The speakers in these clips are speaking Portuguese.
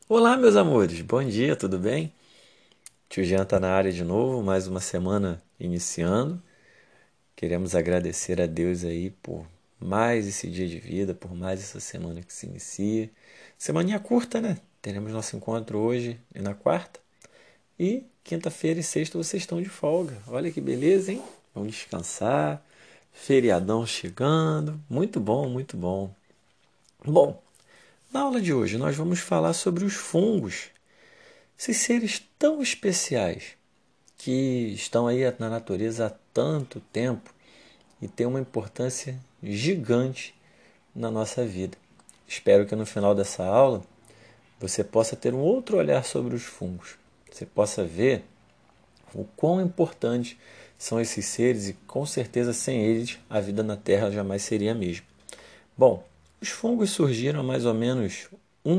Olá, meus amores, bom dia, tudo bem? Tio Jean tá na área de novo, mais uma semana iniciando. Queremos agradecer a Deus aí por mais esse dia de vida, por mais essa semana que se inicia. Semaninha curta, né? Teremos nosso encontro hoje e na quarta. E quinta-feira e sexta vocês estão de folga. Olha que beleza, hein? Vamos descansar. Feriadão chegando. Muito bom, muito bom. Bom, na aula de hoje nós vamos falar sobre os fungos. Esses seres tão especiais que estão aí na natureza há tanto tempo e têm uma importância gigante na nossa vida. Espero que no final dessa aula você possa ter um outro olhar sobre os fungos. Você possa ver o quão importantes são esses seres e com certeza sem eles a vida na Terra jamais seria a mesma. Bom, os fungos surgiram há mais ou menos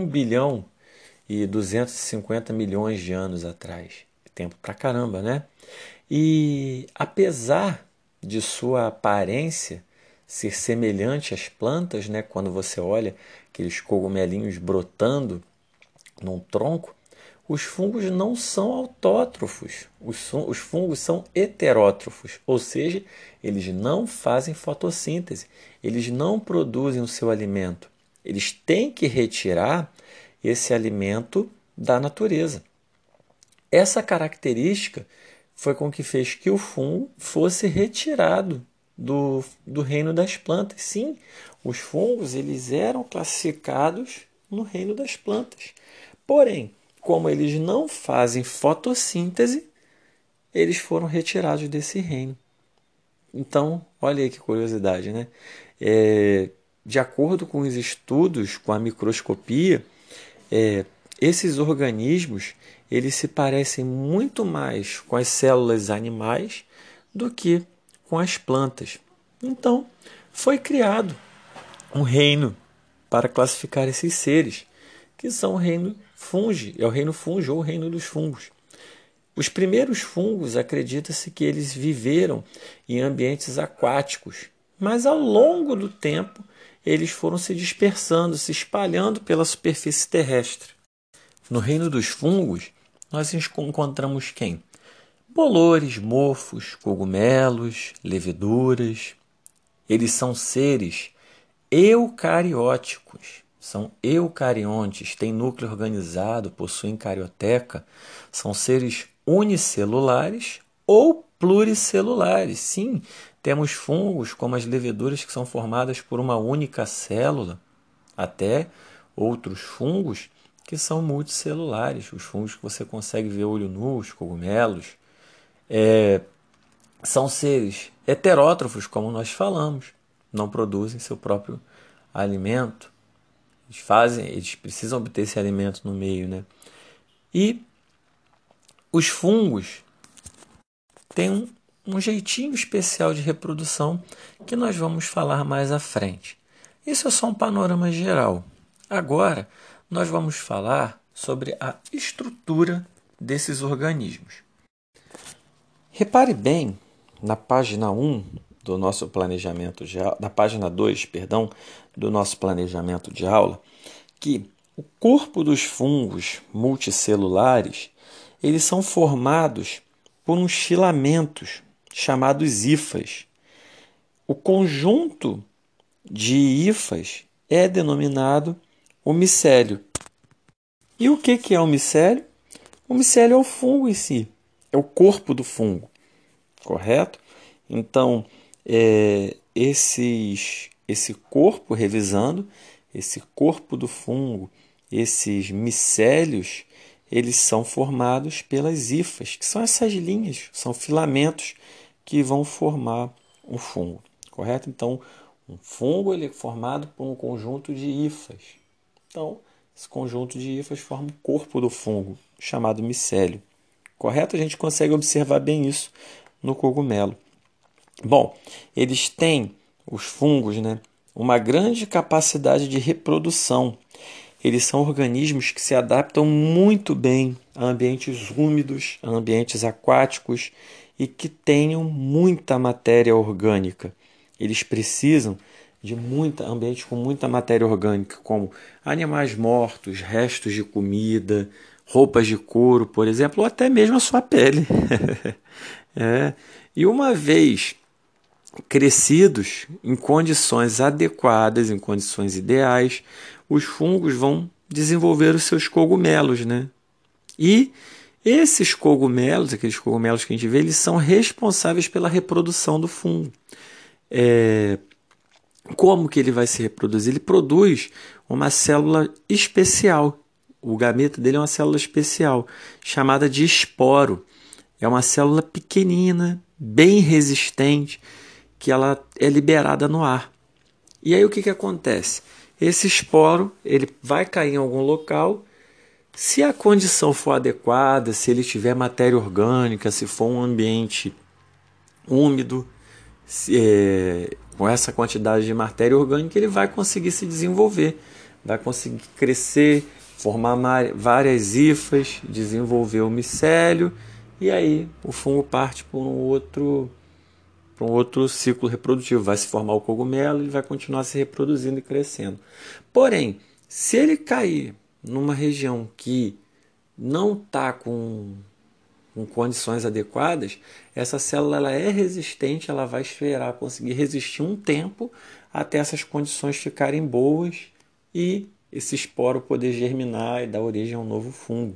1,250 bilhões de anos atrás. Tempo pra caramba, né? E apesar de sua aparência ser semelhante às plantas, né? Quando você olha aqueles cogumelinhos brotando num tronco, os fungos não são autótrofos. Os fungos são heterótrofos, ou seja, eles não fazem fotossíntese, eles não produzem o seu alimento. Eles têm que retirar esse alimento da natureza. Essa característica foi com que fez que o fungo fosse retirado do reino das plantas. Sim, os fungos eles eram classificados no reino das plantas. Porém, como eles não fazem fotossíntese, eles foram retirados desse reino. Então, olha aí que curiosidade, né? De acordo com os estudos com a microscopia, é, esses organismos eles se parecem muito mais com as células animais do que com as plantas. Então, foi criado um reino para classificar esses seres, que são o reino fungi, é o reino fungi ou o reino dos fungos. Os primeiros fungos acredita-se que eles viveram em ambientes aquáticos, mas ao longo do tempo eles foram se dispersando, se espalhando pela superfície terrestre. No reino dos fungos, nós encontramos quem? Bolores, mofos, cogumelos, leveduras. Eles são seres eucarióticos. São eucariontes, têm núcleo organizado, possuem carioteca. São seres unicelulares ou pluricelulares. Sim, temos fungos como as leveduras que são formadas por uma única célula, até outros fungos que são multicelulares, os fungos que você consegue ver olho nu, os cogumelos, são seres heterótrofos, como nós falamos, não produzem seu próprio alimento, eles precisam obter esse alimento no meio, né? E os fungos têm um jeitinho especial de reprodução que nós vamos falar mais à frente. Isso é só um panorama geral. Agora, nós vamos falar sobre a estrutura desses organismos. Repare bem na página 1 do nosso planejamento de aula, na página 2, perdão, do nosso planejamento de aula, que o corpo dos fungos multicelulares, eles são formados por uns filamentos chamados hifas. O conjunto de hifas é denominado o micélio. E o que é o micélio? O micélio é o fungo em si, é o corpo do fungo, correto? Então, esse corpo, revisando, esse corpo do fungo, esses micélios, eles são formados pelas hifas, que são essas linhas, são filamentos que vão formar o fungo, correto? Então, um fungo ele é formado por um conjunto de hifas. Então, esse conjunto de hifas forma o corpo do fungo, chamado micélio. Correto? A gente consegue observar bem isso no cogumelo. Bom, eles têm, os fungos, né, uma grande capacidade de reprodução. Eles são organismos que se adaptam muito bem a ambientes úmidos, a ambientes aquáticos e que tenham muita matéria orgânica. Eles precisam de ambientes com muita matéria orgânica, como animais mortos, restos de comida, roupas de couro, por exemplo, ou até mesmo a sua pele. É. E uma vez crescidos em condições adequadas, em condições ideais, os fungos vão desenvolver os seus cogumelos, né? E esses cogumelos, aqueles cogumelos que a gente vê, eles são responsáveis pela reprodução do fungo. Como que ele vai se reproduzir? Ele produz uma célula especial. O gameto dele é uma célula especial, chamada de esporo. É uma célula pequenina, bem resistente, que ela é liberada no ar. E aí o que acontece? Esse esporo ele vai cair em algum local. Se a condição for adequada, se ele tiver matéria orgânica, se for um ambiente úmido, com essa quantidade de matéria orgânica, ele vai conseguir se desenvolver, vai conseguir crescer, formar várias hifas, desenvolver o micélio, e aí o fungo parte para um outro ciclo reprodutivo. Vai se formar o cogumelo e vai continuar se reproduzindo e crescendo. Porém, se ele cair numa região que não está com condições adequadas, essa célula ela é resistente, ela vai esperar conseguir resistir um tempo até essas condições ficarem boas e esse esporo poder germinar e dar origem a um novo fungo.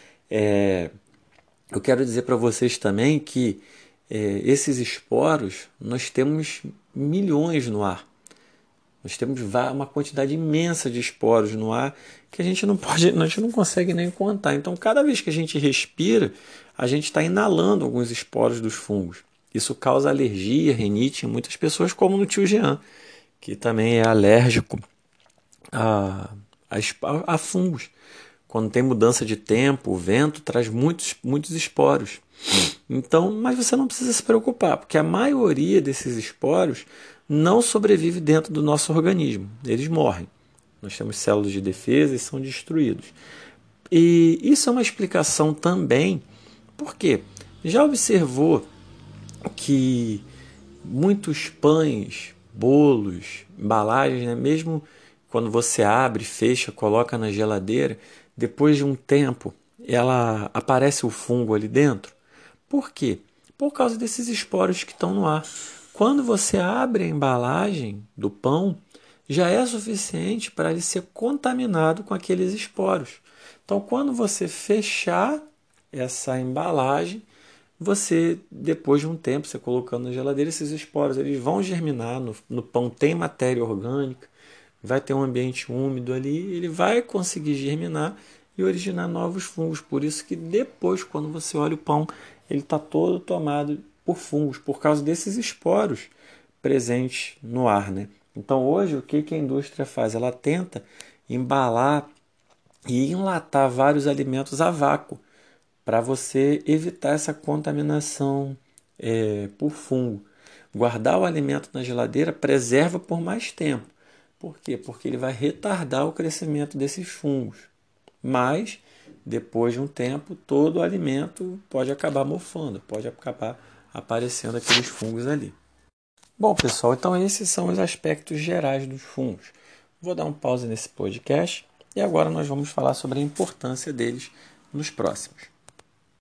Eu quero dizer para vocês também que esses esporos nós temos milhões no ar. Nós temos uma quantidade imensa de esporos no ar que a gente não consegue nem contar. Então, cada vez que a gente respira, a gente está inalando alguns esporos dos fungos. Isso causa alergia, rinite em muitas pessoas, como no tio Jean, que também é alérgico a fungos. Quando tem mudança de tempo, o vento traz muitos esporos. Então, mas você não precisa se preocupar, porque a maioria desses esporos não sobrevive dentro do nosso organismo. Eles morrem. Nós temos células de defesa e são destruídos. E isso é uma explicação também, porque já observou que muitos pães, bolos, embalagens, né, mesmo quando você abre, fecha, coloca na geladeira, depois de um tempo ela aparece o fungo ali dentro? Por quê? Por causa desses esporos que estão no ar. Quando você abre a embalagem do pão, já é suficiente para ele ser contaminado com aqueles esporos. Então, quando você fechar essa embalagem, você, depois de um tempo, você colocando na geladeira, esses esporos eles vão germinar. No pão tem matéria orgânica, vai ter um ambiente úmido ali, ele vai conseguir germinar e originar novos fungos. Por isso que depois, quando você olha o pão, ele está todo tomado por fungos, por causa desses esporos presentes no ar, né? Então hoje o que a indústria faz? Ela tenta embalar e enlatar vários alimentos a vácuo para você evitar essa contaminação por fungo. Guardar o alimento na geladeira preserva por mais tempo. Por quê? Porque ele vai retardar o crescimento desses fungos. Mas, depois de um tempo, todo o alimento pode acabar mofando, pode acabar aparecendo aqueles fungos ali. Bom, pessoal, então esses são os aspectos gerais dos fungos. Vou dar um pause nesse podcast e agora nós vamos falar sobre a importância deles nos próximos.